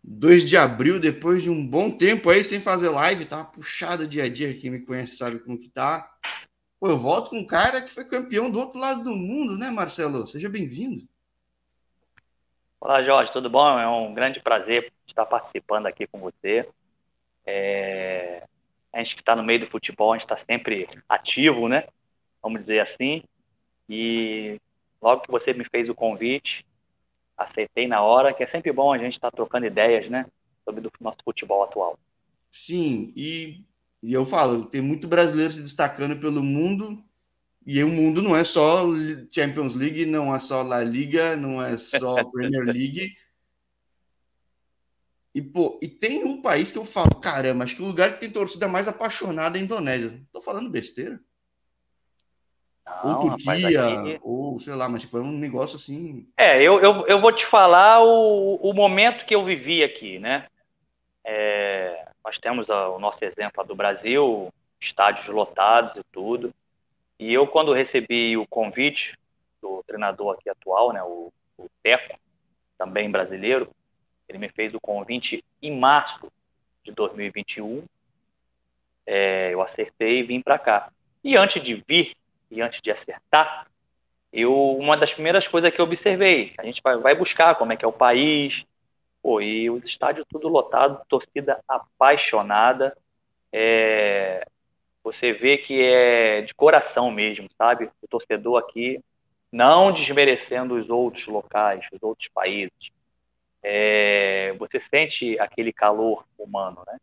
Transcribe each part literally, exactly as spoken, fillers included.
dois de abril, depois de um bom tempo aí sem fazer live, tá puxado dia a dia, quem me conhece sabe como que tá. Pô, eu volto com um cara que foi campeão do outro lado do mundo, né, Marcelo? Seja bem-vindo. Olá, Jorge, tudo bom? É um grande prazer estar participando aqui com você. É... A gente que está no meio do futebol, a gente está sempre ativo, né? Vamos dizer assim. E logo que você me fez o convite, aceitei na hora, que é sempre bom a gente estar trocando ideias, né? Sobre o nosso futebol atual. Sim, e, e eu falo, tem muito brasileiro se destacando pelo mundo, e o mundo não é só Champions League, não é só La Liga, não é só Premier League. E, pô, e tem um país que eu falo, caramba, acho que o lugar que tem torcida mais apaixonada é a Indonésia. Tô falando besteira? Ou Não, rapaz, Turquia, aqui. ou sei lá, mas tipo, é um negócio assim. É, eu, eu, eu vou te falar o, o momento que eu vivi aqui, né? É, nós temos a- o nosso exemplo do Brasil, estádios lotados e tudo. E eu, quando recebi o convite do treinador aqui atual, né, o, o Teco, também brasileiro, ele me fez o convite em março de dois mil e vinte e um, é, eu acertei e vim para cá. E antes de vir, e antes de acertar, eu, uma das primeiras coisas que eu observei, a gente vai, vai buscar como é que é o país, pô, e os estádios tudo lotado, torcida apaixonada, é, você vê que é de coração mesmo, sabe? O torcedor aqui, não desmerecendo os outros locais, os outros países. É, você sente aquele calor humano, né?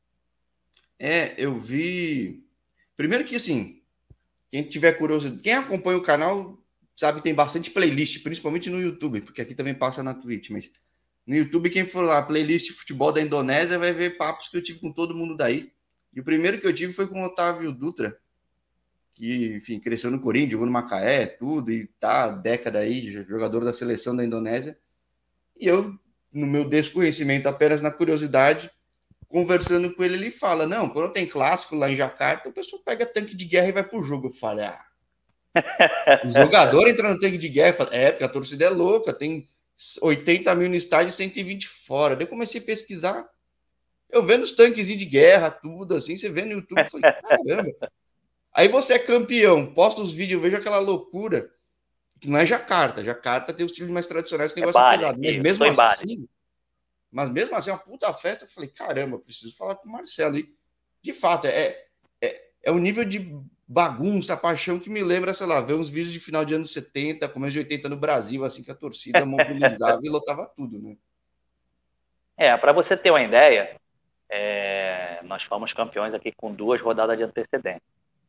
É, eu vi. Primeiro que assim, quem tiver curiosidade, quem acompanha o canal sabe que tem bastante playlist, principalmente no YouTube, porque aqui também passa na Twitch, mas no YouTube, quem for lá, playlist futebol da Indonésia, vai ver papos que eu tive com todo mundo daí. E o primeiro que eu tive foi com o Otávio Dutra, que, enfim, cresceu no Corinthians, jogou no Macaé, tudo, e tá década aí, jogador da seleção da Indonésia. E eu, no meu desconhecimento, apenas na curiosidade, conversando com ele, ele fala: Não, quando tem clássico lá em Jacarta, o pessoal pega tanque de guerra e vai pro jogo. Eu falei: Ah, o jogador entra no tanque de guerra. É, porque a torcida é louca, tem oitenta mil no estádio e cento e vinte fora. Daí eu comecei a pesquisar. Eu vendo os tanques de guerra, tudo assim, você vê no YouTube, eu falei: Caramba. Aí você é campeão, posta os vídeos, eu vejo aquela loucura. Que não é Jacarta. Jacarta tem os times mais tradicionais que o É negócio é Bali pegado. Mas aqui, eu mesmo sou em Bali. assim, mas mesmo assim, é uma puta festa. Eu falei, caramba, preciso falar com o Marcelo. E, de fato, é, é, é um nível de bagunça, paixão que me lembra, sei lá, ver uns vídeos de final de anos setenta, começo de oitenta no Brasil, assim, que a torcida mobilizava e lotava tudo, né? É, para você ter uma ideia, é, nós fomos campeões aqui com duas rodadas de antecedência.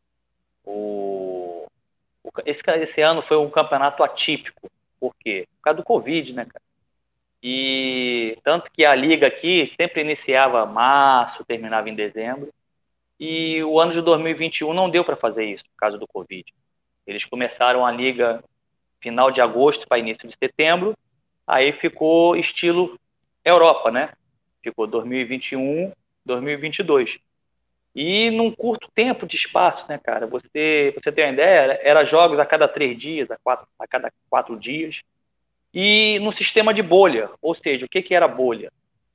O, o- esse, esse ano foi um campeonato atípico. Por quê? Por causa do Covid, né, cara? E tanto que a liga aqui sempre iniciava março, terminava em dezembro. E o ano de dois mil e vinte e um não deu para fazer isso por causa do Covid. Eles começaram a liga final de agosto para início de setembro, aí ficou estilo Europa, né? Ficou dois mil e vinte e um, dois mil e vinte e dois. E num curto tempo de espaço, né, cara? Você, você tem uma ideia? Era jogos a cada três dias, a, quatro, a cada quatro dias. E no sistema de bolha. Ou seja, o que, que era bolha?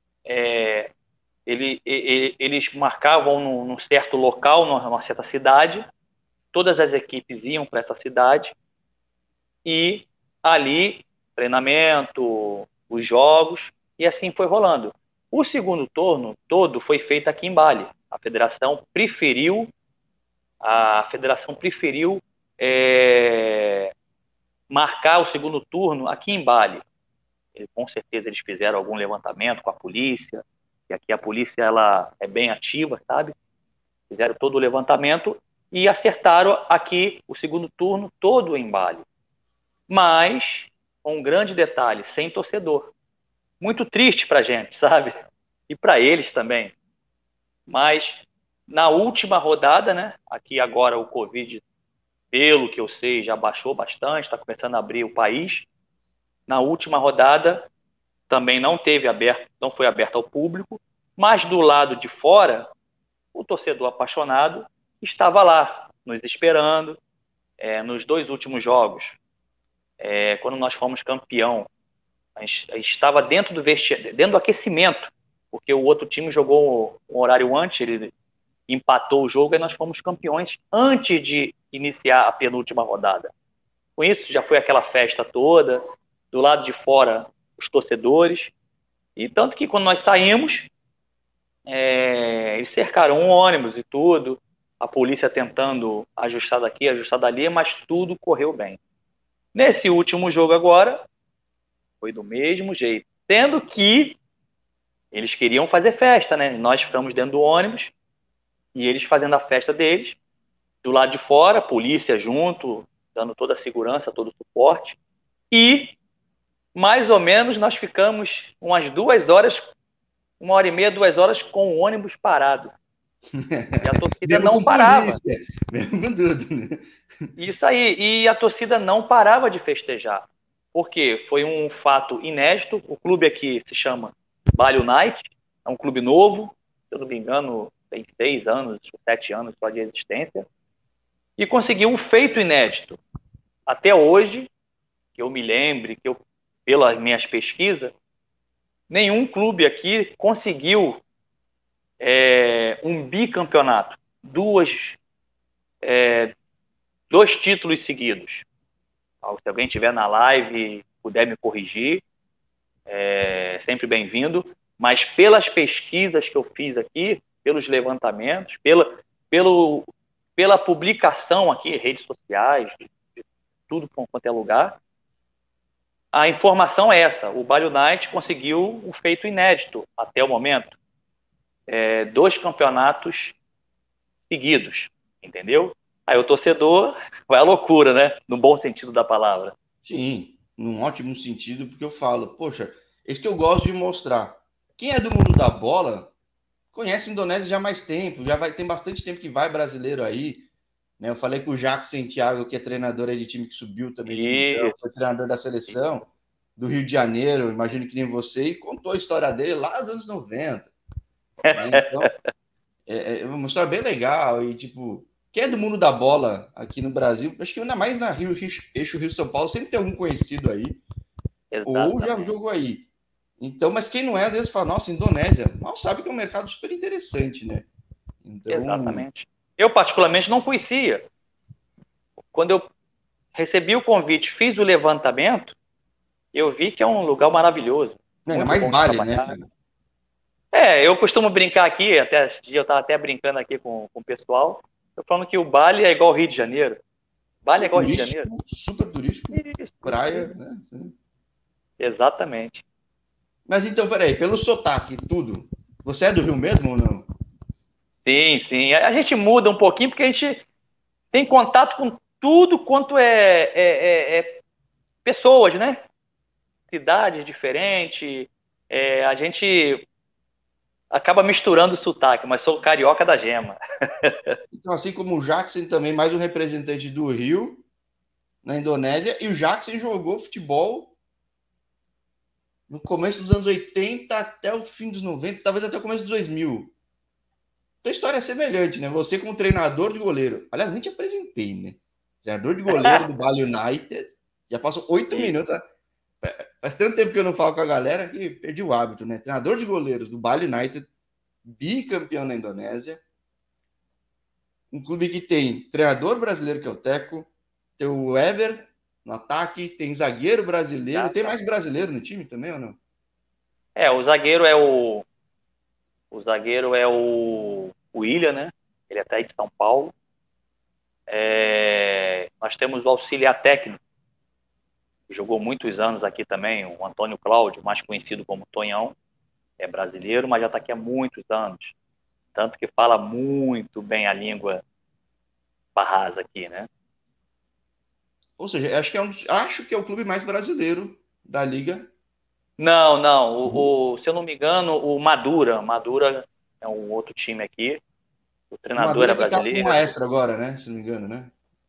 Ele, ele, eles marcavam num, num certo local, numa certa cidade, todas as equipes iam para essa cidade e ali treinamento, os jogos e assim foi rolando. O segundo turno todo foi feito aqui em Bali. A federação preferiu a federação preferiu é, marcar o segundo turno aqui em Bali. E, com certeza eles fizeram algum levantamento com a polícia. E aqui a polícia ela é bem ativa, sabe? Fizeram todo o levantamento e acertaram aqui o segundo turno todo em Bali. Mas, com um grande detalhe, sem torcedor. Muito triste para a gente, sabe? E para eles também. Mas, na última rodada, né? Aqui agora o Covid, pelo que eu sei, já baixou bastante, está começando a abrir o país. Na última rodada, também não teve aberto, não foi aberto ao público, mas do lado de fora, o torcedor apaixonado estava lá, nos esperando, é, nos dois últimos jogos, é, quando nós fomos campeão. A gente, a gente estava dentro do vestiário, dentro do aquecimento, porque o outro time jogou um horário antes, ele empatou o jogo e nós fomos campeões antes de iniciar a penúltima rodada. Com isso, já foi aquela festa toda, do lado de fora, os torcedores. E tanto que quando nós saímos, é, eles cercaram um ônibus e tudo, a polícia tentando ajustar daqui, ajustar dali, mas tudo correu bem. Nesse último jogo agora, foi do mesmo jeito. Sendo que eles queriam fazer festa, né? Nós ficamos dentro do ônibus e eles fazendo a festa deles. Do lado de fora, polícia junto, dando toda a segurança, todo o suporte. E, mais ou menos, nós ficamos umas duas horas, uma hora e meia, duas horas com o ônibus parado. E a torcida não parava. Mesmo com tudo, né? Isso aí. E a torcida não parava de festejar. Por quê? Foi um fato inédito. O clube aqui se chama Bali United. É um clube novo. Se eu não me engano, tem seis anos, sete anos só de existência. E conseguiu um feito inédito. Até hoje, que eu me lembre, que eu, pelas minhas pesquisas, nenhum clube aqui conseguiu é, um bicampeonato. Duas, é, dois títulos seguidos. Se alguém estiver na live e puder me corrigir, é sempre bem-vindo. Mas pelas pesquisas que eu fiz aqui, pelos levantamentos, pela, pelo, pela publicação aqui, redes sociais, de, de tudo quanto é lugar, a informação é essa. O Bali United conseguiu um feito inédito até o momento. É, dois campeonatos seguidos, entendeu? Aí o torcedor vai à loucura, né? No bom sentido da palavra. Sim, num ótimo sentido, porque eu falo, poxa, esse que eu gosto de mostrar. Quem é do mundo da bola conhece a Indonésia já há mais tempo, já vai, tem bastante tempo que vai brasileiro aí. Né? Eu falei com o Jacques Santiago, que é treinador aí de time que subiu também, divisão, foi treinador da seleção do Rio de Janeiro, imagino que nem você, e contou a história dele lá dos anos noventa. Né? Então, é, é uma história bem legal e, tipo, quem é do mundo da bola aqui no Brasil, acho que ainda mais na Rio, Eixo Rio-São Paulo, sempre tem algum conhecido aí. Exatamente. Ou já jogou aí. Então, mas quem não é, às vezes fala, nossa, Indonésia, mal sabe que é um mercado super interessante, né? Então... Exatamente. Eu, particularmente, não conhecia. Quando eu recebi o convite, fiz o levantamento, eu vi que é um lugar maravilhoso. Não, ainda mais Bali, né? É, eu costumo brincar aqui, até esse dia eu estava até brincando aqui com, com o pessoal, eu falando que o Bali é igual ao Rio de Janeiro. Bali é igual ao Rio de Janeiro. Super turístico, isso, praia, isso. Né? Exatamente. Mas então, peraí, pelo sotaque e tudo, você é do Rio mesmo ou não? Sim, sim. A gente muda um pouquinho porque a gente tem contato com tudo quanto é, é, é, é pessoas, né? Cidades diferentes. É, a gente acaba misturando o sotaque, mas sou carioca da gema. Então, assim como o Jackson também, mais um representante do Rio, na Indonésia, e o Jackson jogou futebol no começo dos anos oitenta até o fim dos noventa, talvez até o começo dos dois mil. Então a história é semelhante, né? Você como treinador de goleiro. Aliás, nem te apresentei, né? Treinador de goleiro do Bali United. Já passou oito minutos. Faz tanto tempo que eu não falo com a galera que perdi o hábito, né? Treinador de goleiros do Bali United, bicampeão na Indonésia. Um clube que tem treinador brasileiro, que é o Teco, tem o Ever no ataque, tem zagueiro brasileiro. Tem mais brasileiro no time também ou não? É, o zagueiro é o. O zagueiro é o William, né? Ele é até de São Paulo. É... Nós temos o auxiliar técnico, que jogou muitos anos aqui também, o Antônio Cláudio, mais conhecido como Tonhão. É brasileiro, mas já está aqui há muitos anos. Tanto que fala muito bem a língua Bahasa aqui, né? Ou seja, acho que é, um, acho que é o clube mais brasileiro da liga. Não, não. O, o, se eu não me engano, o Madura. Madura é um outro time aqui. O treinador era brasileiro. O Maestro agora, né? Se não me engano, né?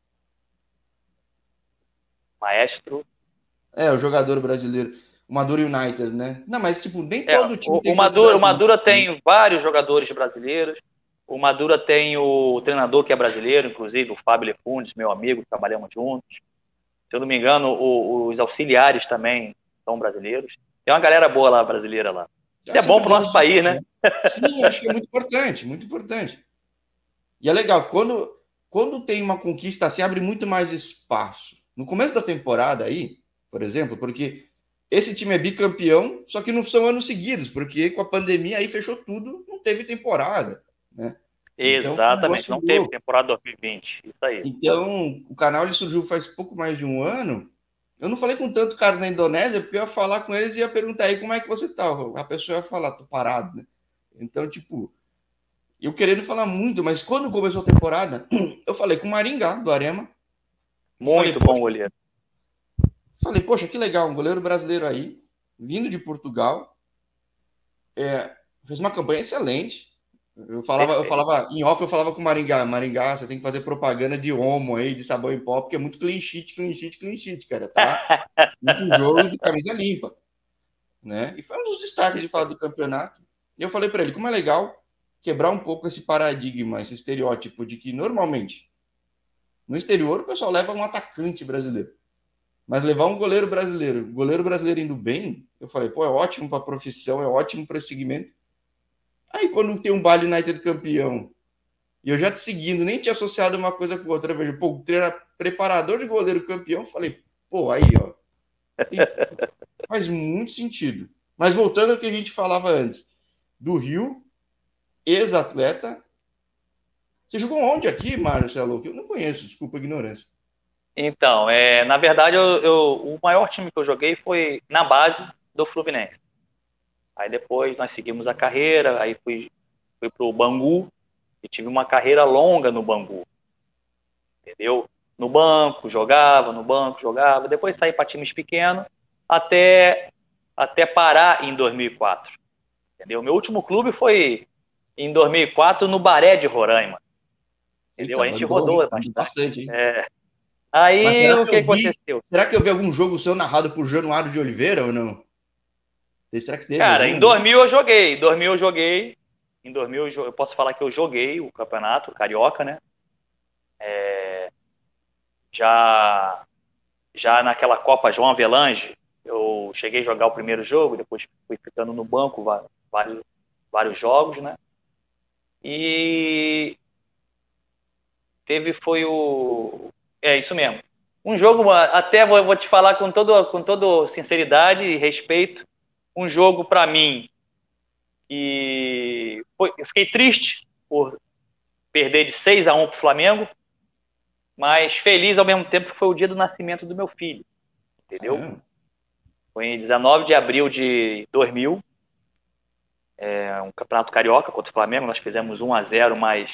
Maestro. É, o jogador brasileiro. O Madura United, né? Não, mas tipo, nem é, todo time o, tem. O Madura, o Madura tem vários jogadores brasileiros. O Madura tem o treinador que é brasileiro, inclusive o Fábio Lefundes, meu amigo, trabalhamos juntos. Se eu não me engano, o, os auxiliares também são brasileiros. Tem uma galera boa lá, brasileira lá. Isso É é bom sempre para o bom nosso país, né? né? Sim, acho que é muito importante, muito importante. E é legal, quando, quando tem uma conquista, se abre muito mais espaço. No começo da temporada aí, por exemplo, porque esse time é bicampeão, só que não são anos seguidos, porque com a pandemia aí fechou tudo, não teve temporada, né? Então, foi um Exatamente, negócio não teve louco. temporada dois mil e vinte. Isso aí. Então, o canal ele surgiu faz pouco mais de um ano. Eu não falei com tanto cara na Indonésia, porque eu ia falar com eles e ia perguntar aí como é que você tá. A pessoa ia falar, tô parado, né? Então, tipo, eu querendo falar muito, mas quando começou a temporada, eu falei com o Maringá, do Arema, e falei, Muito bom poxa, goleiro. falei, poxa, que legal, um goleiro brasileiro aí, vindo de Portugal, é, fez uma campanha excelente. Eu falava, eu Perfeito. falava, em off eu falava com o Maringá, Maringá, você tem que fazer propaganda de Omo aí, de sabão em pó, porque é muito clean sheet, clean sheet, clean sheet, cara, tá? Muito jogo de camisa limpa, né? E foi um dos destaques de fato do campeonato. E eu falei para ele, como é legal quebrar um pouco esse paradigma, esse estereótipo de que normalmente no exterior o pessoal leva um atacante brasileiro. Mas levar um goleiro brasileiro, goleiro brasileiro indo bem, eu falei, pô, é ótimo para a profissão, é ótimo para esse segmento. Aí quando tem um Bali United campeão, e eu já te seguindo, nem tinha associado uma coisa com outra, eu vejo, pô, treina, preparador de goleiro campeão, falei, pô, aí, ó, tem, faz muito sentido. Mas voltando ao que a gente falava antes, do Rio, ex-atleta, você jogou onde aqui, Marcelo? Eu não conheço, desculpa a ignorância. Então, é, na verdade, eu, eu- o maior time que eu joguei foi na base do Fluminense. Aí depois nós seguimos a carreira, aí fui, fui pro Bangu e tive uma carreira longa no Bangu, entendeu? No banco, jogava, no banco, jogava. Depois saí para times pequenos até, até parar em dois mil e quatro, entendeu? Meu último clube foi em dois mil e quatro no Baré de Roraima, entendeu? Eita, A gente andou, rodou hein? Andou bastante. bastante, hein? É. Mas Aí será o que que eu vi, aconteceu? será que eu vi algum jogo seu narrado por Januário de Oliveira ou não? Será que teve Cara, em algum? dois mil eu joguei. Em dois mil eu joguei. Em dois mil eu, jo- eu posso falar que eu joguei o campeonato carioca, né? Já, já naquela Copa João Avelange, eu cheguei a jogar o primeiro jogo, depois fui ficando no banco va- vários, vários jogos, né? E teve foi o. É isso mesmo. Um jogo, até vou, vou te falar com todo, com toda sinceridade e respeito, um jogo para mim e foi, eu fiquei triste por perder de seis a um para o Flamengo, mas feliz ao mesmo tempo que foi o dia do nascimento do meu filho, entendeu? Caramba. Foi em dezenove de abril de dois mil, é um campeonato carioca contra o Flamengo, nós fizemos um a zero, mas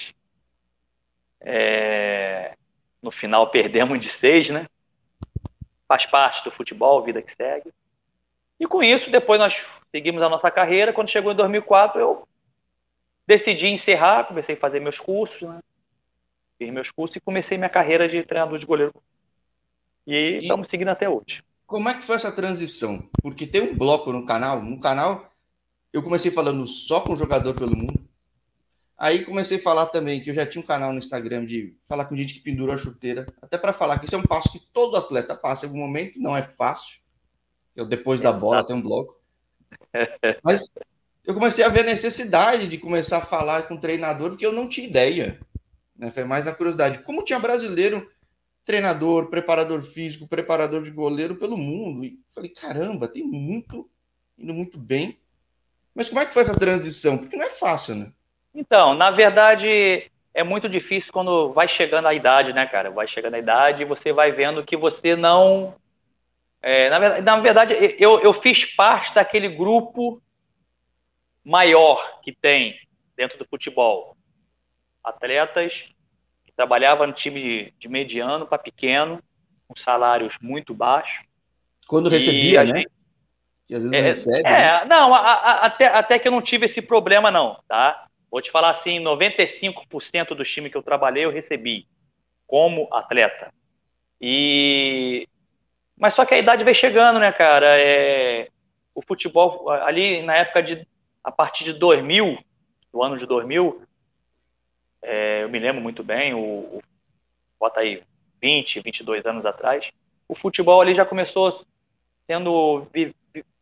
é, no final perdemos de seis, né? Faz parte do futebol, vida que segue. E com isso, depois nós seguimos a nossa carreira. Quando chegou em dois mil e quatro, eu decidi encerrar, comecei a fazer meus cursos, né? Fiz meus cursos e comecei minha carreira de treinador de goleiro. E E estamos seguindo até hoje. como é que foi essa transição? Porque tem um bloco no canal, no canal eu comecei falando só com jogador pelo mundo. Aí comecei a falar também que eu já tinha um canal no Instagram de falar com gente que pendura a chuteira, até para falar que isso é um passo que todo atleta passa em algum momento, não é fácil. Eu depois da bola Exato. tem um bloco. Mas eu comecei a ver a necessidade de começar a falar com o treinador, porque eu não tinha ideia. Né? Foi mais na curiosidade. Como tinha brasileiro, treinador, preparador físico, preparador de goleiro pelo mundo. E falei, caramba, tem muito, indo muito bem. Mas como é que foi essa transição? Porque não é fácil, né? Então, na verdade, é muito difícil quando vai chegando a idade, né, cara? Vai chegando a idade e você vai vendo que você não. É, na, verdade, na verdade, eu, eu fiz parte daquele grupo maior que tem dentro do futebol. Atletas que trabalhavam no time de, de mediano para pequeno, com salários muito baixos. Quando E recebia, a né? gente. Que às vezes não É, recebe, né? é não, a, a, até, até que eu não tive esse problema, não, tá? Vou te falar assim: noventa e cinco por cento dos times que eu trabalhei eu recebi como atleta. E mas só que a idade vem chegando, né, cara? É... O futebol ali na época de a partir de dois mil, do ano de dois mil, é, eu me lembro muito bem, o, o bota aí vinte, vinte e dois anos atrás, o futebol ali já começou sendo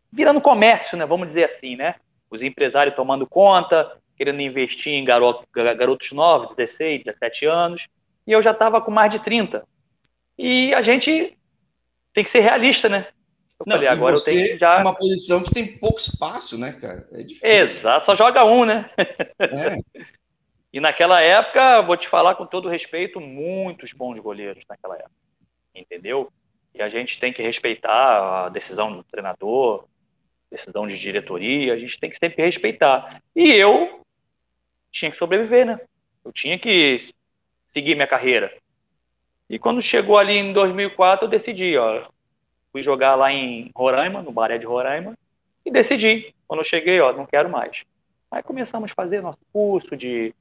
virando comércio, né? Vamos dizer assim, né? Os empresários tomando conta, querendo investir em garoto, garotos novos, dezesseis, dezessete anos, e eu já estava com mais de trinta. E a gente tem que ser realista, né? Eu Não, falei, e agora eu tenho que você é já... uma posição que tem pouco espaço, né, cara? É difícil. Exato, só joga um, né? É. E naquela época, vou te falar com todo respeito, muitos bons goleiros naquela época, entendeu? E a gente tem que respeitar a decisão do treinador, decisão de diretoria, a gente tem que sempre respeitar. E eu tinha que sobreviver, né? Eu tinha que seguir minha carreira. E quando chegou ali em dois mil e quatro, eu decidi, ó, fui jogar lá em Roraima, no Baré de Roraima, e decidi. Quando eu cheguei, ó, não quero mais. Aí começamos a fazer nosso curso de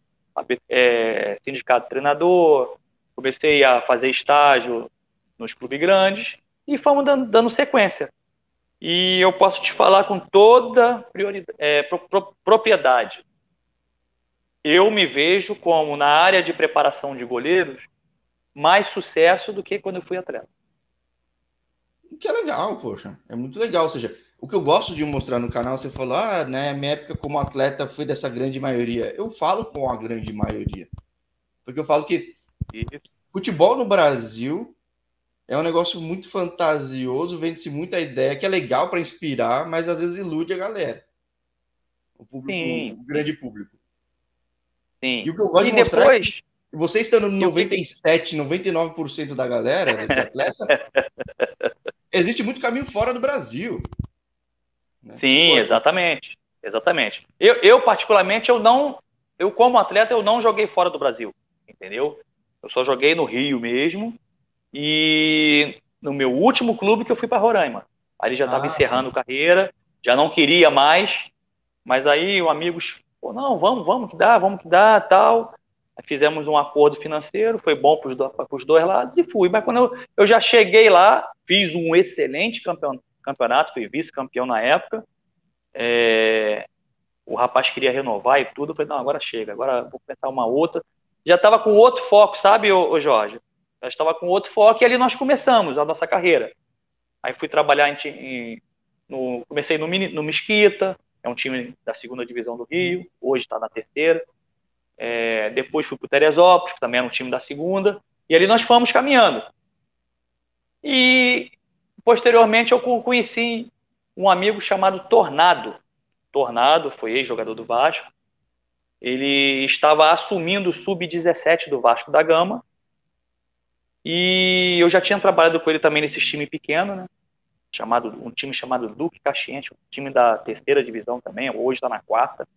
é, sindicato de treinador, comecei a fazer estágio nos clubes grandes e fomos dando, dando sequência. E eu posso te falar com toda prioridade, é, pro, pro, propriedade. Eu me vejo como, na área de preparação de goleiros, mais sucesso do que quando eu fui atleta. O que é legal, poxa. É muito legal. Ou seja, o que eu gosto de mostrar no canal, você falou, ah, né, minha época como atleta foi dessa grande maioria. Eu falo com a grande maioria. Porque eu falo que Isso. futebol no Brasil é um negócio muito fantasioso, vende-se muita ideia, que é legal para inspirar, mas às vezes ilude a galera. O público, Sim, o sim, grande público. E sim. o que eu gosto E de mostrar é que depois, você estando no e o que... noventa e sete, noventa e nove por cento da galera, de atleta, existe muito caminho fora do Brasil. Né? Isso é Sim, importante. exatamente. Exatamente. Eu, eu, particularmente, eu não... Eu, como atleta, eu não joguei fora do Brasil, entendeu? Eu só joguei no Rio mesmo e no meu último clube que eu fui para Roraima. Aí ele já estava Ah, encerrando carreira, já não queria mais, mas aí o amigos, pô, não, vamos, vamos que dá, vamos que dá, tal. Aí fizemos um acordo financeiro, foi bom para os dois lados e fui. Mas quando eu, eu já cheguei lá, fiz um excelente campeon, campeonato, fui vice-campeão na época. É, o rapaz queria renovar e tudo, eu falei, não, agora chega, agora vou começar uma outra. Já estava com outro foco, sabe, ô, ô Jorge? Já estava com outro foco e ali nós começamos a nossa carreira. Aí fui trabalhar em, em no, comecei no, no Mesquita, é um time da segunda divisão do Rio, hoje está na terceira. É, depois fui para o Teresópolis, que também era um time da segunda, e ali nós fomos caminhando. E posteriormente eu conheci um amigo chamado Tornado. Tornado foi ex-jogador do Vasco. Ele estava assumindo o sub dezessete do Vasco da Gama. E eu já tinha trabalhado com ele também nesse time pequeno, né? Chamado, um time chamado Duque Caxiente, um time da terceira divisão também, hoje está na quarta.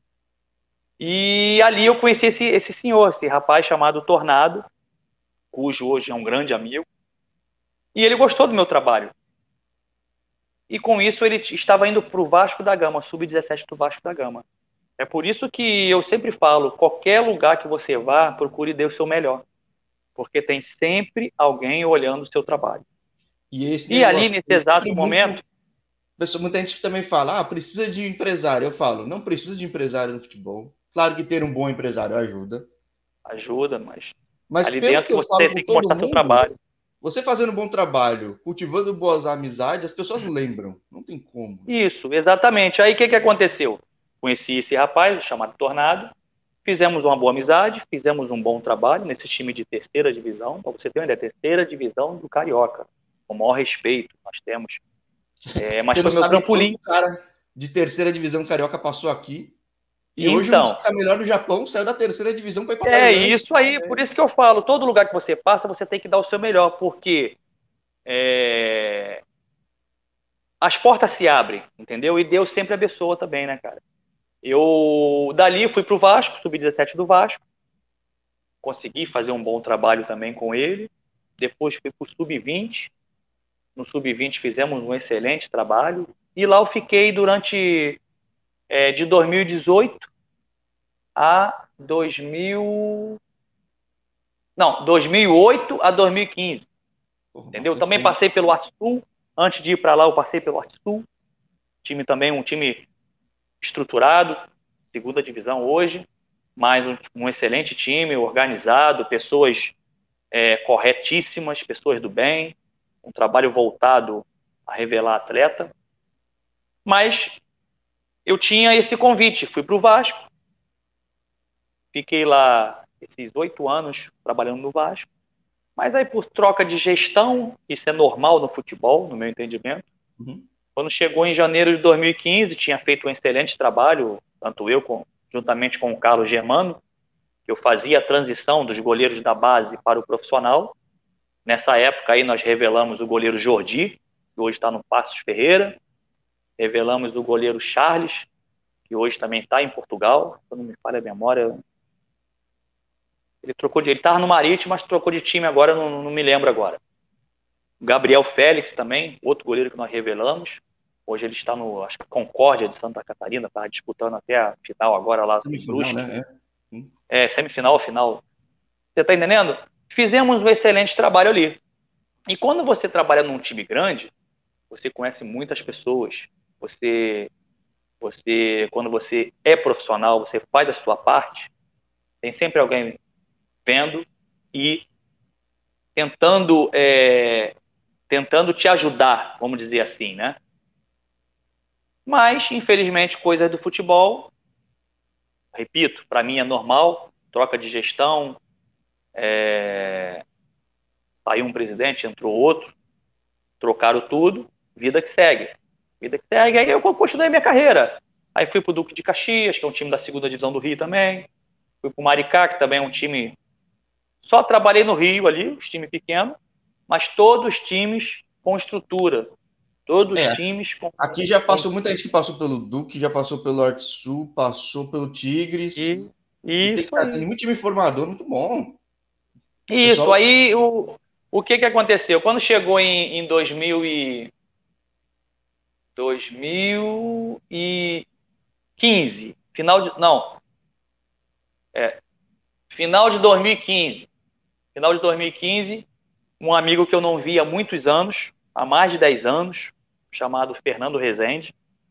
E ali eu conheci esse, esse senhor, esse rapaz chamado Tornado, cujo hoje é um grande amigo. E ele gostou do meu trabalho. E com isso ele estava indo para o Vasco da Gama, sub dezessete do Vasco da Gama. É por isso que eu sempre falo, qualquer lugar que você vá, procure dar o seu melhor. Porque tem sempre alguém olhando o seu trabalho. e esse E ali, negócio, nesse eu exato sempre momento, muito. Pessoa, muita gente também fala, ah, precisa de empresário. Eu falo, não precisa de empresário no futebol. Claro que ter um bom empresário ajuda. ajuda, mas Mas ali pelo que dentro eu você falo com tem que todo mostrar seu mundo, trabalho. você fazendo um bom trabalho, cultivando boas amizades, as pessoas lembram. Não tem como. Isso, exatamente. Aí o que, que aconteceu? Conheci esse rapaz chamado Tornado, fizemos uma boa amizade, fizemos um bom trabalho nesse time de terceira divisão. Para você ter uma ideia, terceira divisão do Carioca. Com o maior respeito nós temos. É, mas Você não foi meu sabe trampolim. quanto cara de terceira divisão carioca passou aqui. E hoje um time Então, que está melhor no Japão saiu da terceira divisão para ir para é Tailândia. isso aí, por isso que eu falo, todo lugar que você passa, você tem que dar o seu melhor, porque é, as portas se abrem, entendeu? E Deus sempre abençoa também, né, cara? Eu, dali, fui pro Vasco, sub dezessete do Vasco, consegui fazer um bom trabalho também com ele, depois fui pro sub vinte, no sub vinte fizemos um excelente trabalho, e lá eu fiquei durante, é, de dois mil e dezoito a dois mil... Não, dois mil e oito a dois mil e quinze. Porra, Entendeu? bastante Também tempo. passei pelo Artsul. Antes de ir para lá, eu passei pelo Artsul. Time também, um time estruturado, segunda divisão hoje, mas um, um excelente time, organizado, pessoas é, corretíssimas, pessoas do bem, um trabalho voltado a revelar atleta. Mas eu tinha esse convite, fui para o Vasco, fiquei lá esses oito anos trabalhando no Vasco, mas aí por troca de gestão, isso é normal no futebol, no meu entendimento, Uhum. quando chegou em janeiro de dois mil e quinze, tinha feito um excelente trabalho, tanto eu, com, juntamente com o Carlos Germano, que eu fazia a transição dos goleiros da base para o profissional. Nessa época aí nós revelamos o goleiro Jordi, que hoje está no Passos Ferreira, revelamos o goleiro Charles, que hoje também está em Portugal, se não me falha a memória. Ele trocou de, ele estava no Marítimo, mas trocou de time agora, não, não me lembro agora. O Gabriel Félix também, outro goleiro que nós revelamos. Hoje ele está no, acho que Concórdia de Santa Catarina, está disputando até a final agora lá em Semifinal, Brusque. né? É. É, semifinal, final. Você está entendendo? Fizemos um excelente trabalho ali. E quando você trabalha num time grande, você conhece muitas pessoas. Você, você, quando você é profissional, você faz a sua parte. Tem sempre alguém vendo e tentando, é, tentando te ajudar, vamos dizer assim, né? Mas, infelizmente, coisas do futebol, repito, para mim é normal, troca de gestão, é... saiu um presidente, entrou outro, trocaram tudo, vida que segue. Vida que segue, aí eu continuei minha carreira. Aí fui pro Duque de Caxias, que é um time da segunda divisão do Rio também. Fui pro Maricá, que também é um time... Só trabalhei no Rio ali, os times pequenos, mas todos os times com estrutura. Todos os É, times com... aqui já com... passou muita gente que passou pelo Duque, já passou pelo Norte Sul, passou pelo Tigres. E, E tem, isso cara, tem aí. muito time formador, muito bom. Isso, Pessoal, aí o, o que que aconteceu? Quando chegou em, em dois mil e, dois mil e quinze, final de, não, é, final de dois mil e quinze, final de dois mil e quinze, um amigo que eu não via há muitos anos, há mais de dez anos, chamado Fernando Rezende,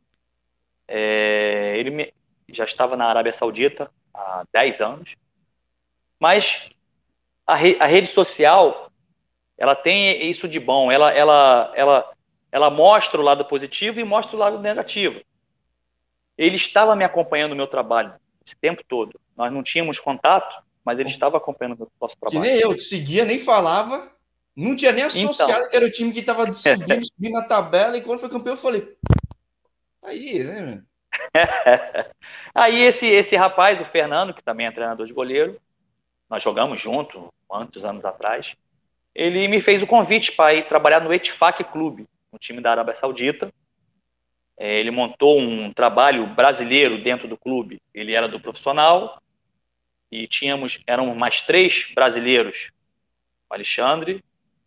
é, ele me, já estava na Arábia Saudita há dez anos, mas a, re, a rede social, ela tem isso de bom, ela, ela, ela, ela mostra o lado positivo e mostra o lado negativo. Ele estava me acompanhando no meu trabalho esse tempo todo. Nós não tínhamos contato, mas ele estava acompanhando o nosso que trabalho. nem eu, seguia, nem falava, não tinha nem Então, associado que era o time que estava subindo, subindo na tabela, e quando foi campeão eu falei, aí, né, mano? aí esse, esse rapaz, o Fernando, que também é treinador de goleiro, nós jogamos junto, muitos anos atrás, ele me fez o convite para ir trabalhar no Etifaq Clube, no time da Arábia Saudita. É, ele montou um trabalho brasileiro dentro do clube. Ele era do profissional e tínhamos, eram mais três brasileiros. O Alexandre,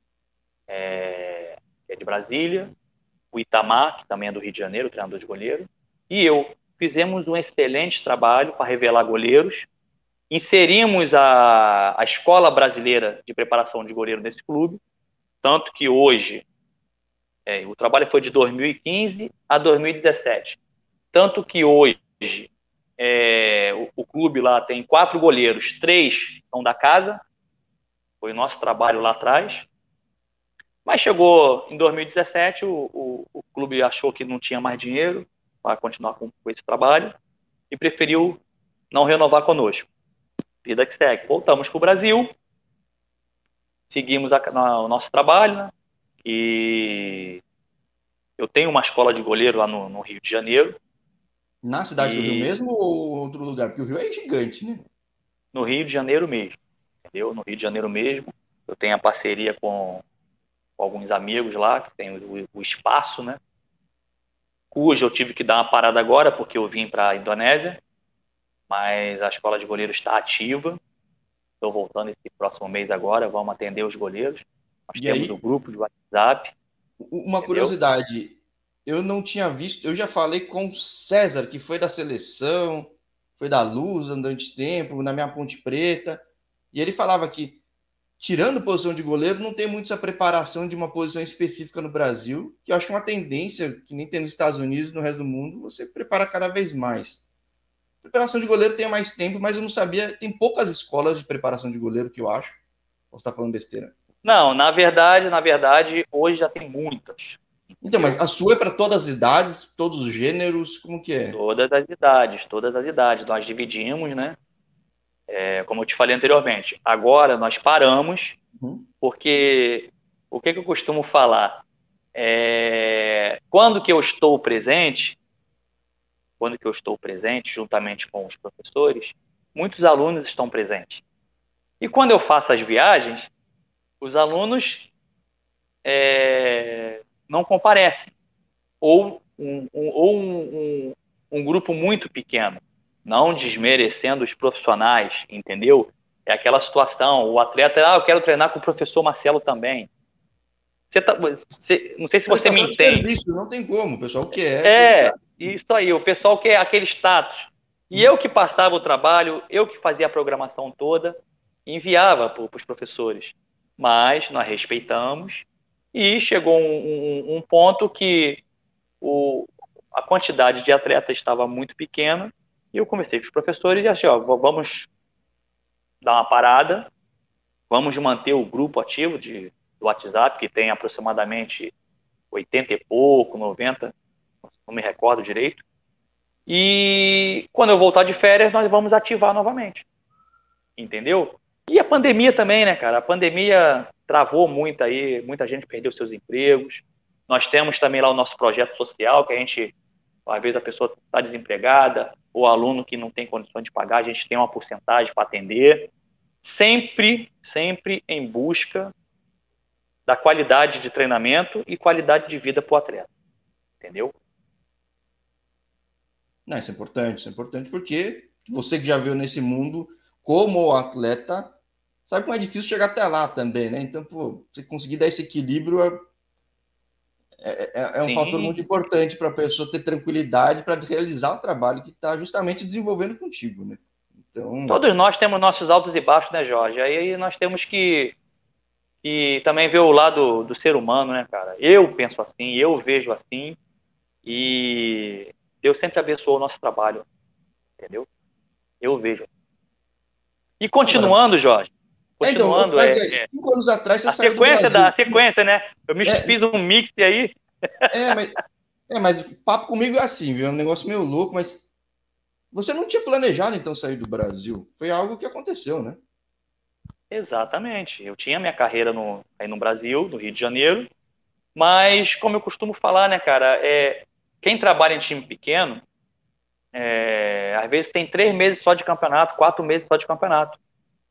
é, que é de Brasília, o Itamar, que também é do Rio de Janeiro, treinador de goleiro, e eu. Fizemos um excelente trabalho para revelar goleiros, inserimos a, a Escola Brasileira de Preparação de Goleiro nesse clube, tanto que hoje, é, o trabalho foi de dois mil e quinze a dois mil e dezessete, tanto que hoje é, o, o clube lá tem quatro goleiros, três são da casa, foi o nosso trabalho lá atrás, mas chegou em dois mil e dezessete, o, o, o clube achou que não tinha mais dinheiro para continuar com, com esse trabalho e preferiu não renovar conosco. Vida que segue. Voltamos para o Brasil, seguimos a, na, o nosso trabalho, né? E eu tenho uma escola de goleiro lá no, no Rio de Janeiro. Na cidade do Rio E mesmo ou outro lugar? Porque o Rio é gigante, né? no Rio de Janeiro mesmo, entendeu? No Rio de Janeiro mesmo. Eu tenho a parceria com, com alguns amigos lá, que tem o, o espaço, né? Cujo eu tive que dar uma parada agora, porque eu vim para a Indonésia, mas a escola de goleiro está ativa. Estou voltando esse próximo mês agora, vamos atender os goleiros. Nós E temos o aí, grupo de WhatsApp, uma entendeu? curiosidade, eu não tinha visto, eu já falei com o César, que foi da seleção, foi da Luz durante tempo, na minha Ponte Preta, e ele falava que, tirando posição de goleiro, não tem muito essa preparação de uma posição específica no Brasil, que eu acho que é uma tendência, que nem tem nos Estados Unidos, no resto do mundo, você prepara cada vez mais. Preparação de goleiro tem mais tempo, mas eu não sabia, tem poucas escolas de preparação de goleiro que eu acho. Posso estar falando besteira? Não, na verdade, na verdade, hoje já tem muitas. Então, entendeu? mas a sua é para todas as idades, todos os gêneros, como que é? Todas as idades, todas as idades. Nós dividimos, né? É, como eu te falei anteriormente. Agora nós paramos, Uhum. porque o que, que eu costumo falar? É, quando que eu estou presente, quando que eu estou presente, juntamente com os professores, muitos alunos estão presentes. E quando eu faço as viagens, os alunos é, não comparecem. Ou um, um, ou um, um, um grupo muito pequeno, não desmerecendo os profissionais, entendeu? É aquela situação, o atleta, ah, eu quero treinar com o professor Marcelo também. Você tá, você, não sei se você me Prestação de entende. serviço, não tem como. O pessoal quer aquele É, cara. isso aí, o pessoal quer aquele status. E eu que passava o trabalho, eu que fazia a programação toda, enviava para os professores. Mas nós respeitamos e chegou um, um, um ponto que o, a quantidade de atletas estava muito pequena e eu conversei com os professores e achei, ó, vamos dar uma parada, vamos manter o grupo ativo de, do WhatsApp, que tem aproximadamente oitenta e pouco, noventa, não me recordo direito. E quando eu voltar de férias, nós vamos ativar novamente. Entendeu? E a pandemia também, né, cara? A pandemia travou muito aí, muita gente perdeu seus empregos. Nós temos também lá o nosso projeto social, que a gente, às vezes a pessoa está desempregada, ou aluno que não tem condições de pagar, a gente tem uma porcentagem para atender. Sempre, sempre em busca da qualidade de treinamento e qualidade de vida para o atleta. Entendeu? Não, isso é importante, isso é importante porque você que já viu nesse mundo como atleta, sabe como é difícil chegar até lá também, né? Então, pô, você conseguir dar esse equilíbrio é, é, é um fator muito Sim. importante para a pessoa ter tranquilidade para realizar o trabalho que está justamente desenvolvendo contigo, né? Então, Todos nós temos nossos altos e baixos, né, Jorge? Aí nós temos que e também ver o lado do ser humano, né, cara? Eu penso assim, eu vejo assim, e Deus sempre abençoou o nosso trabalho, entendeu? Eu vejo. E agora, continuando, Jorge, é, então, continuando, mas, é, é, é cinco anos atrás você a saiu do sequência da Brasil. a sequência, né? Eu me É, fiz um mix aí. é, mas, é, mas papo comigo é assim, viu? É um negócio meio louco, mas você não tinha planejado então sair do Brasil. Foi algo que aconteceu, né? Exatamente. Eu tinha minha carreira no, aí no Brasil, no Rio de Janeiro, mas como eu costumo falar, né, cara, é, quem trabalha em time pequeno, é, às vezes tem três meses só de campeonato, quatro meses só de campeonato.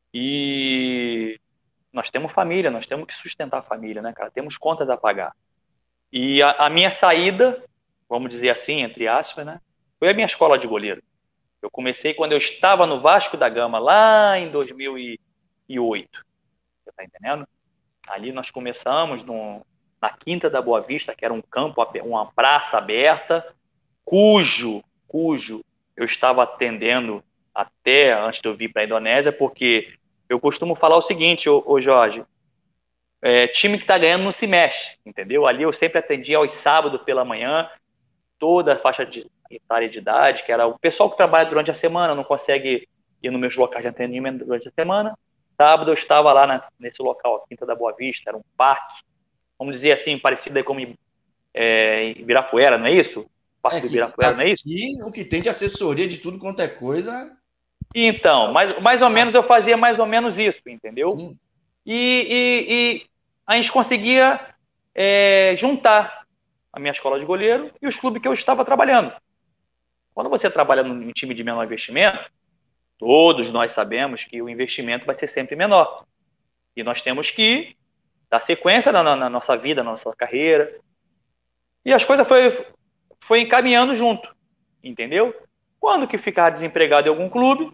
E nós temos família, nós temos que sustentar a família, né, cara? Temos contas a pagar. E a, a minha saída, vamos dizer assim, entre aspas, né, foi a minha escola de goleiro. Eu comecei quando eu estava no Vasco da Gama, lá em dois mil e oito. Você tá entendendo? Ali nós começamos no, na Quinta da Boa Vista, que era um campo, uma praça aberta, cujo, cujo eu estava atendendo até antes de eu vir para a Indonésia, porque eu costumo falar o seguinte, ô, ô Jorge, é, time que está ganhando não se mexe, entendeu? Ali eu sempre atendia aos sábados pela manhã, toda a faixa de etária de idade, que era o pessoal que trabalha durante a semana, não consegue ir nos meus locais de atendimento durante a semana. Sábado eu estava lá na, nesse local, a Quinta da Boa Vista, era um parque, vamos dizer assim, parecido aí como é, Ibirapuera, não é isso? É Parque do que Ibirapuera, não é isso? aqui o que tem de assessoria de tudo quanto é coisa. Então, mais, mais ou Ah, menos eu fazia mais ou menos isso, entendeu? sim. E, e, e a gente conseguia é, juntar a minha escola de goleiro e os clubes que eu estava trabalhando. Quando você trabalha num time de menor investimento, todos nós sabemos que o investimento vai ser sempre menor. E nós temos que dar sequência na, na nossa vida, na nossa carreira. E as coisas foi, foi encaminhando junto, entendeu? Quando que ficar desempregado em algum clube,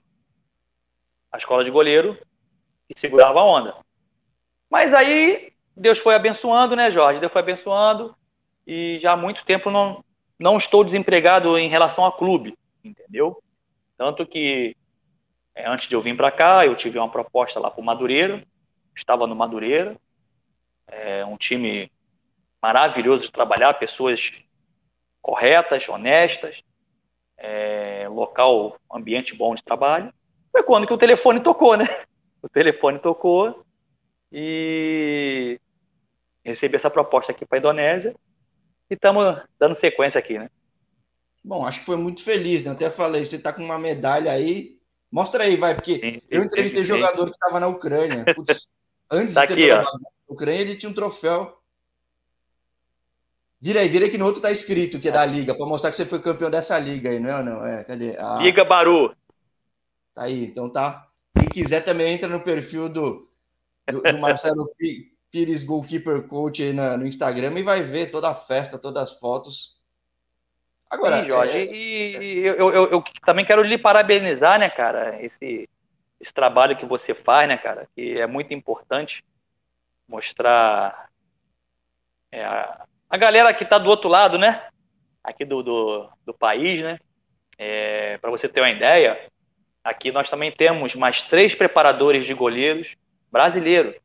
a escola de goleiro que segurava a onda. Mas aí Deus foi abençoando, né, Jorge? Deus foi abençoando e já há muito tempo não, não estou desempregado em relação a clube, entendeu? Tanto que é, antes de eu vir para cá, eu tive uma proposta lá para o Madureira, estava no Madureira, é um time maravilhoso de trabalhar, pessoas corretas, honestas, é, local, ambiente bom de trabalho. Foi quando que o telefone tocou, né? O telefone tocou e recebi essa proposta aqui para a Indonésia. e estamos dando sequência aqui, né? Bom, acho que foi muito feliz, né? Eu até falei, você tá com uma medalha aí. Mostra aí, vai, porque Sim, eu sim, entrevistei sim. jogador que estava na Ucrânia. Putz, antes Tá de ter aqui, jogado ó. na Ucrânia, ele tinha um troféu. Vira aí, vira aí que no outro tá escrito que é da liga, para mostrar que você foi campeão dessa liga aí, não é? Não, é, cadê? Ah, Liga Baru. tá aí, então tá. Quem quiser também entra no perfil do, do, do Marcelo Pires, Goalkeeper Coach aí na, no Instagram e vai ver toda a festa, todas as fotos. Sim, Agora, Jorge. é, E eu, eu, eu, eu também quero lhe parabenizar, né, cara? Esse, esse trabalho que você faz, né, cara? Que é muito importante mostrar é, a, a galera que tá do outro lado, né? Aqui do, do, do país, né? É, para você ter uma ideia, aqui nós também temos mais três preparadores de goleiros brasileiros,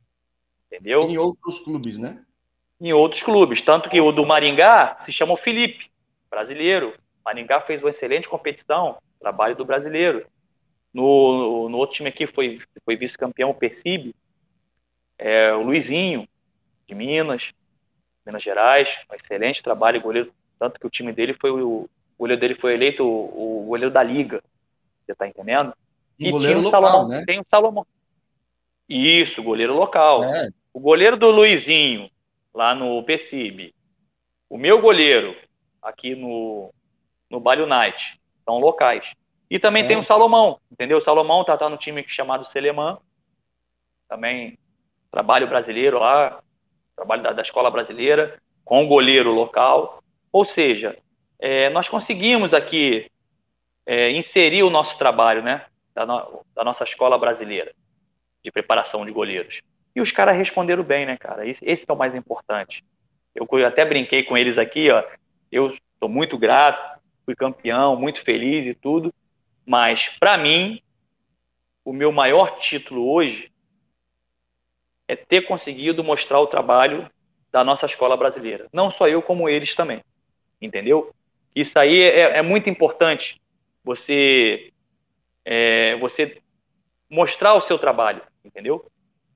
em entendeu? outros clubes, né? Em outros clubes. Tanto que o do Maringá se chama o Felipe, brasileiro. Maringá fez uma excelente competição, trabalho do brasileiro. No, no outro time aqui foi, foi vice-campeão o Percibe, é, o Luizinho, de Minas, Minas Gerais, um excelente trabalho, goleiro, tanto que o time dele foi o, o goleiro dele foi eleito o, o goleiro da liga, você tá entendendo? Um E tinha goleiro o local, Salomão, né? tem o Salomão. Isso, goleiro local. É, O goleiro do Luizinho, lá no Percibe. O meu goleiro, aqui no, no Bali United, são locais. E também tem é. o Salomão, entendeu? O Salomão tá, tá no time chamado Selemã, também trabalho brasileiro lá, trabalho da, da escola brasileira, com o goleiro local. Ou seja, é, nós conseguimos aqui é, inserir o nosso trabalho, né? Da, no, da nossa escola brasileira de preparação de goleiros. E os caras responderam bem, né, cara? Esse, esse é o mais importante. Eu, eu até brinquei com eles aqui, ó. Eu sou muito grato, fui campeão, muito feliz e tudo. Mas, para mim, o meu maior título hoje é ter conseguido mostrar o trabalho da nossa escola brasileira. Não só eu, como eles também. Entendeu? Isso aí é, é muito importante. Você, é, você mostrar o seu trabalho. Entendeu?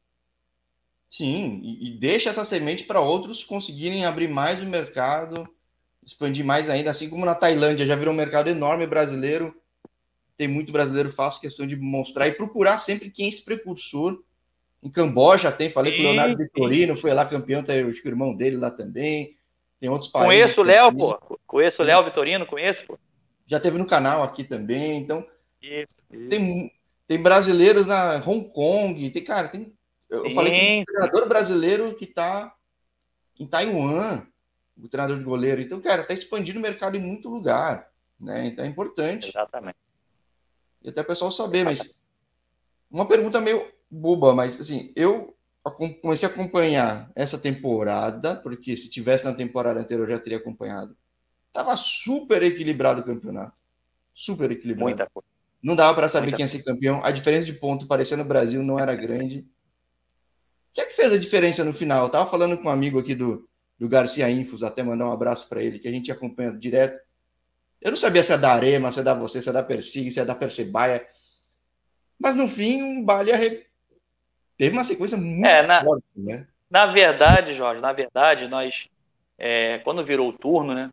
Sim, e, e deixa essa semente para outros conseguirem abrir mais o mercado, expandir mais ainda, assim como na Tailândia já virou um mercado enorme brasileiro, tem muito brasileiro, faz questão de mostrar e procurar sempre quem é esse precursor. Em Camboja tem, falei com o Leonardo Sim, sim. Vitorino, foi lá campeão, tem o irmão dele lá também, tem outros países Conheço o Léo, também, pô. Conheço o tem, Léo Vitorino, conheço, pô. já teve no canal aqui também, então Isso, isso. tem, tem brasileiros na Hong Kong, tem, cara, tem, eu falei com um Sim, sim. treinador brasileiro que está em Taiwan, o treinador de goleiro. Então, cara, tá expandindo o mercado em muito lugar, né? Então é importante. Exatamente. E até o pessoal saber, Exatamente. mas uma pergunta meio boba, mas assim, eu comecei a acompanhar essa temporada, porque se tivesse na temporada anterior eu já teria acompanhado. Tava super equilibrado o campeonato. Super equilibrado. Muita coisa. Não dava para saber Muita quem ia ser campeão. A diferença de ponto parecia no Brasil não era grande. O que é que fez a diferença no final? Eu tava falando com um amigo aqui do, do Garcia Infos, até mandar um abraço para ele, que a gente acompanha direto. Eu não sabia se é da Arema, se é da você, se é da Persig, se é da Percebaia. Mas no fim, o Bali teve uma sequência muito É, na, forte, né? na verdade, Jorge, na verdade, nós, é, quando virou o turno, né,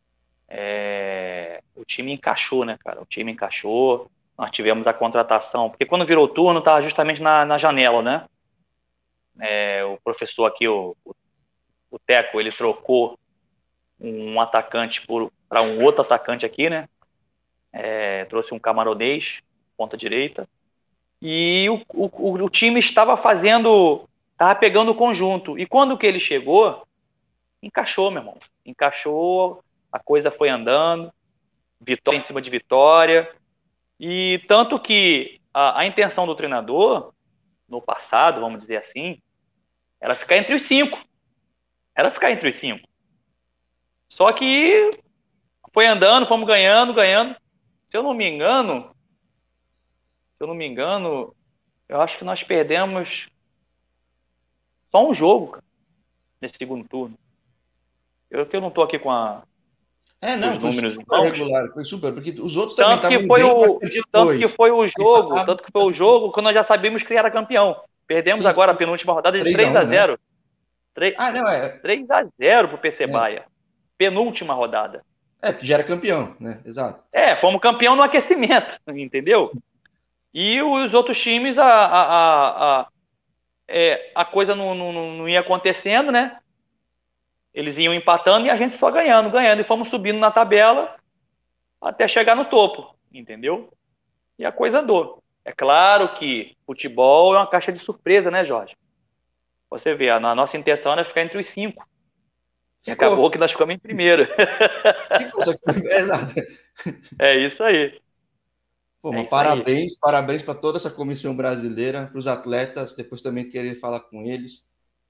é, o time encaixou, né, cara? O time encaixou, nós tivemos a contratação, porque quando virou o turno, estava justamente na, na janela, né? É, o professor aqui, o, o Teco, ele trocou um atacante para um outro atacante aqui, né? É, trouxe um camaronês, ponta direita, e o, o, o time estava fazendo, estava pegando o conjunto. E quando que ele chegou, encaixou, meu irmão. Encaixou, a coisa foi andando, vitória em cima de vitória. E tanto que a, a intenção do treinador, no passado, vamos dizer assim, era ficar entre os cinco. Era ficar entre os cinco. Só que foi andando, fomos ganhando, ganhando. Se eu não me engano, se eu não me engano, eu acho que nós perdemos só um jogo, cara, nesse segundo turno. Eu que eu não estou aqui com, a, É, com os não, foi números em super mãos. regular, foi super, porque os outros também Tanto estavam que indo foi bem, mas o, perdiam tanto que dois. foi o Aí jogo, empatava, tanto que foi o jogo que nós já sabíamos que era campeão. Perdemos sim, agora a penúltima rodada de três a três a um, né? zero. Ah, não, é, três a zero pro P C é. Baia. penúltima rodada. É, porque já era campeão, né? Exato. É, fomos campeão no aquecimento, entendeu? E os outros times, a, a, a, a, é, a coisa não, não, não ia acontecendo, né? Eles iam empatando e a gente só ganhando, ganhando. E fomos subindo na tabela até chegar no topo, entendeu? E a coisa andou. É claro que futebol é uma caixa de surpresa, né, Jorge? Você vê, a, a nossa intenção era ficar entre os cinco. E Ficou. acabou que nós ficamos em primeiro. Ficou, só que... é, exato. É isso aí. Pô, É mas isso aí. parabéns, parabéns para toda essa comissão brasileira, para os atletas, depois também querer falar com eles.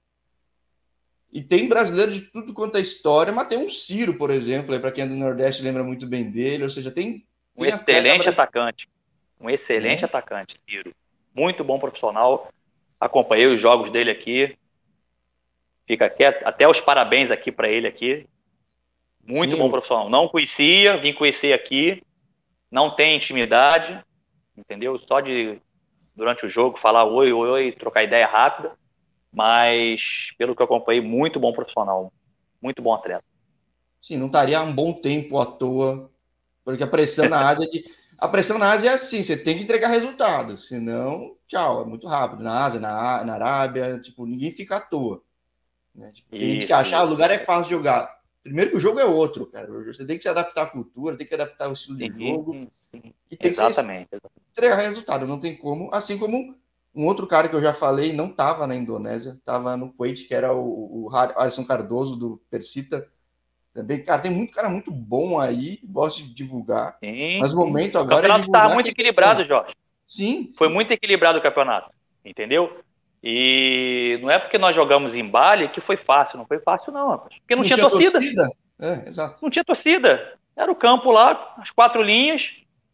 E tem brasileiro de tudo quanto é história, mas tem um Ciro, por exemplo, para quem é do Nordeste lembra muito bem dele, ou seja, tem, Um tem excelente atleta... atacante. Um excelente é. atacante, Ciro. Muito bom profissional. Acompanhei os jogos dele aqui. Fica aqui, até os parabéns aqui para ele aqui. Muito Sim, bom eu... profissional. Não conhecia, vim conhecer aqui. Não tem intimidade, entendeu? Só de, durante o jogo, falar oi, oi, oi, trocar ideia rápida. Mas, pelo que eu acompanhei, muito bom profissional. Muito bom atleta. Sim, não estaria um bom tempo à toa, porque a pressão na Ásia... De... A pressão na Ásia é assim, você tem que entregar resultado, senão, tchau, é muito rápido. Na Ásia, na, na Arábia, tipo, ninguém fica à toa. Né? Tipo, tem gente que Isso, acha, ah, o isso. lugar é fácil de jogar. Primeiro que o jogo é outro, cara. Você tem que se adaptar à cultura, tem que adaptar o estilo de Sim, jogo sim. e tem que ser Exatamente. entregar resultado. Não tem como. Assim como um outro cara que eu já falei não estava na Indonésia, estava no Kuwait, que era o, o Alisson Cardoso do Persita. Também, cara, tem muito cara muito bom aí, gosta de divulgar. Sim, Mas o sim. momento O agora é campeonato estava divulgar muito quem é bom. equilibrado, Jorge. Sim, Foi sim. muito equilibrado o campeonato, entendeu? E não é porque nós jogamos em Bali que foi fácil, não foi fácil não, rapaz. Porque não Não tinha tinha torcida, torcida? É, exato. não tinha torcida. Era o campo lá, as quatro linhas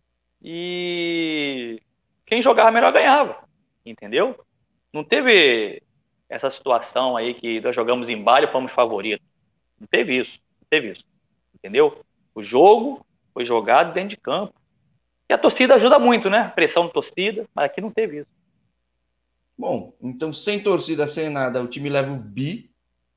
e quem jogava melhor ganhava, entendeu? Não teve essa situação aí que nós jogamos em Bali e fomos favoritos. Não teve isso, não teve isso, entendeu? O jogo foi jogado dentro de campo. E a torcida ajuda muito, né? Pressão de torcida, mas aqui não teve isso. Bom, então sem torcida, sem nada, o time leva o bi.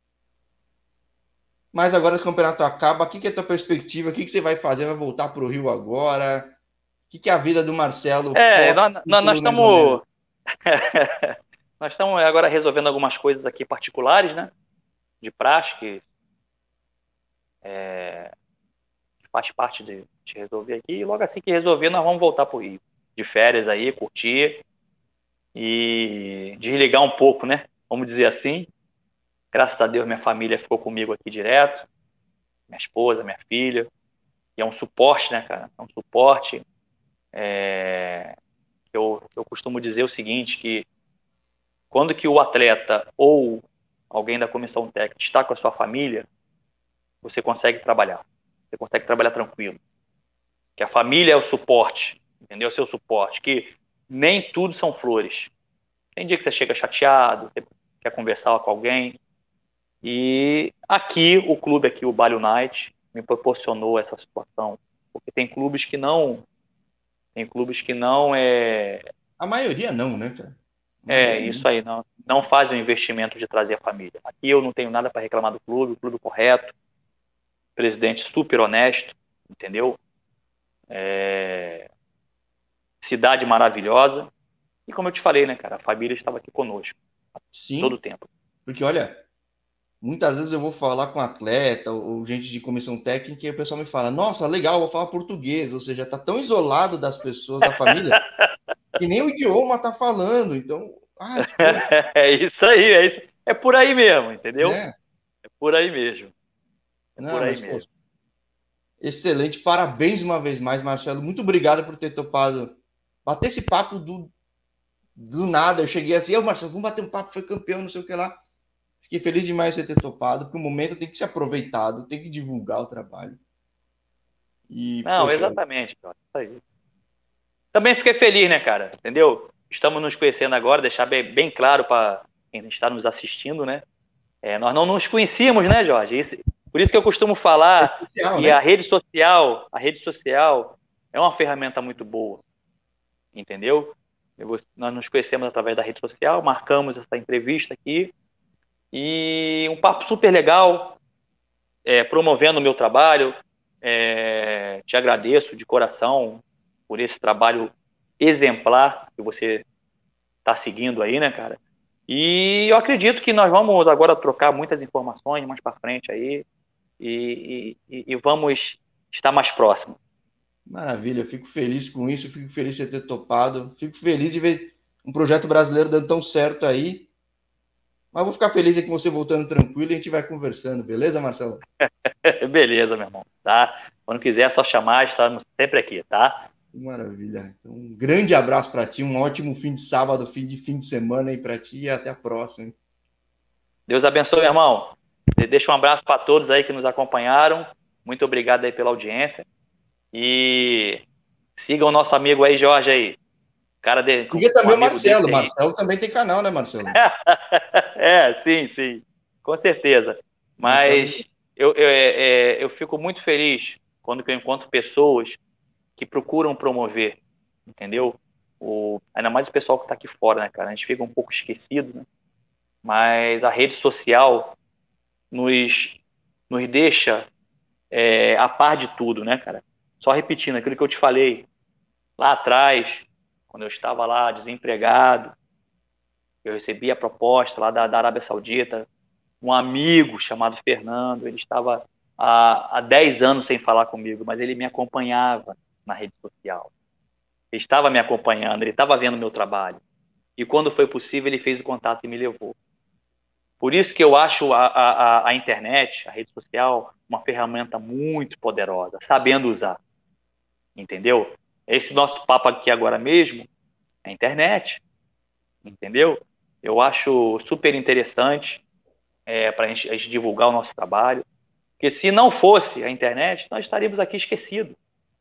Mas agora que o campeonato acaba, o que, que é a tua perspectiva? O que, que você vai fazer? Vai voltar para o Rio agora? O que, que é a vida do Marcelo É, nós nós pós-título na Indonésia? estamos nós estamos agora resolvendo algumas coisas aqui particulares, né? De praxe, que é, faz parte de, de resolver aqui. E logo assim que resolver, nós vamos voltar para o Rio. De férias aí, curtir e desligar um pouco, né? Vamos dizer assim. Graças a Deus, minha família ficou comigo aqui direto. Minha esposa, minha filha. E é um suporte, né, cara? É um suporte. É... Eu, eu costumo dizer o seguinte, que quando que o atleta ou alguém da comissão técnica está com a sua família, você consegue trabalhar. Você consegue trabalhar tranquilo. Que a família é o suporte, entendeu? O seu suporte. Que nem tudo são flores. Tem dia que você chega chateado, você quer conversar com alguém. E aqui, o clube aqui, o Bali United, me proporcionou essa situação. Porque tem clubes que não... Tem clubes que não é... A maioria não, né, cara? A É, maioria não. isso aí, não, não faz o investimento de trazer a família. Aqui eu não tenho nada para reclamar do clube, o clube correto, presidente super honesto, entendeu? É, cidade maravilhosa. E como eu te falei, né, cara, a família estava aqui conosco, todo o Sim, tempo. porque olha, muitas vezes eu vou falar com atleta ou gente de comissão técnica e o pessoal me fala: Nossa, legal, eu vou falar português. Ou seja, tá tão isolado das pessoas, da família, que nem o idioma tá falando. Então, ah, que pô, É isso aí, é isso. É por aí mesmo, entendeu? né? É por aí mesmo. É por Não, aí mas, pô, mesmo. excelente. Parabéns uma vez mais, Marcelo. Muito obrigado por ter topado bater esse papo do, do nada. Eu cheguei assim, ô Marcelo, vamos bater um papo, foi campeão, não sei o que lá. Fiquei feliz demais de você ter topado, porque o momento tem que ser aproveitado, tem que divulgar o trabalho. E, Não, poxa, exatamente, cara. Isso aí. Também fiquei feliz, né, cara? Entendeu? Estamos nos conhecendo agora, deixar bem, bem claro para quem está nos assistindo, né? É, nós não nos conhecíamos, né, Jorge? Isso, por isso que eu costumo é falar especial, que a né? rede social, a rede social é uma ferramenta muito boa, entendeu? Eu, nós nos conhecemos através da rede social, marcamos essa entrevista aqui e um papo super legal, é, promovendo o meu trabalho. É, te agradeço de coração por esse trabalho exemplar que você está seguindo aí, né, cara? E eu acredito que nós vamos agora trocar muitas informações mais para frente aí e, e, e vamos estar mais próximos. Maravilha, eu fico feliz com isso, eu fico feliz de você ter topado, fico feliz de ver um projeto brasileiro dando tão certo aí. Mas vou ficar feliz aí com você voltando tranquilo e a gente vai conversando, beleza, Marcelo? Beleza, meu irmão, tá? Quando quiser, é só chamar, estamos sempre aqui, tá? Maravilha. Então, um grande abraço para ti, um ótimo fim de sábado, fim de fim de semana aí para ti e até a próxima. Hein? Deus abençoe, meu irmão. Deixa um abraço para todos aí que nos acompanharam. Muito obrigado aí pela audiência. E sigam o nosso amigo aí, Jorge aí. Cara de, Siga um também o amigo Marcelo. desse aí. Marcelo também tem canal, né, Marcelo? É, sim, sim. Com certeza. Marcelo. Mas eu, eu, é, é, eu fico muito feliz quando eu encontro pessoas que procuram promover, entendeu? O, ainda mais o pessoal que está aqui fora, né, cara? A gente fica um pouco esquecido, né? Mas a rede social nos, nos deixa é, a par de tudo, né, cara? Só repetindo aquilo que eu te falei lá atrás, quando eu estava lá desempregado, eu recebi a proposta lá da, da Arábia Saudita, um amigo chamado Fernando, ele estava há, há dez anos sem falar comigo, mas ele me acompanhava na rede social. Ele estava me acompanhando, ele estava vendo o meu trabalho. E quando foi possível, ele fez o contato e me levou. Por isso que eu acho a, a, a internet, a rede social, uma ferramenta muito poderosa, sabendo usar, entendeu? Esse nosso papo aqui agora mesmo é a internet, entendeu? Eu acho super interessante é, para a gente, a gente divulgar o nosso trabalho, porque se não fosse a internet, nós estaríamos aqui esquecidos.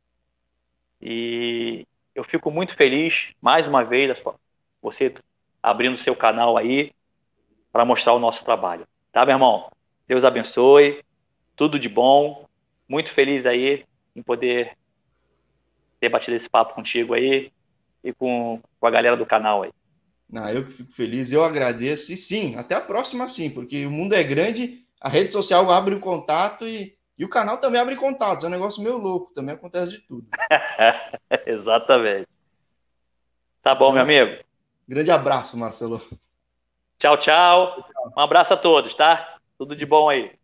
E eu fico muito feliz, mais uma vez, você abrindo seu canal aí para mostrar o nosso trabalho. Tá, meu irmão? Deus abençoe, tudo de bom. Muito feliz aí em poder ter batido esse papo contigo aí e com, com a galera do canal aí. Ah, eu que fico feliz, eu agradeço. E sim, até a próxima, sim, porque o mundo é grande, a rede social abre o contato e, e o canal também abre contatos. É um negócio meio louco, também acontece de tudo. Exatamente. Tá bom, meu Então, amigo. grande abraço, Marcelo. Tchau, tchau. Um abraço a todos, tá? Tudo de bom aí.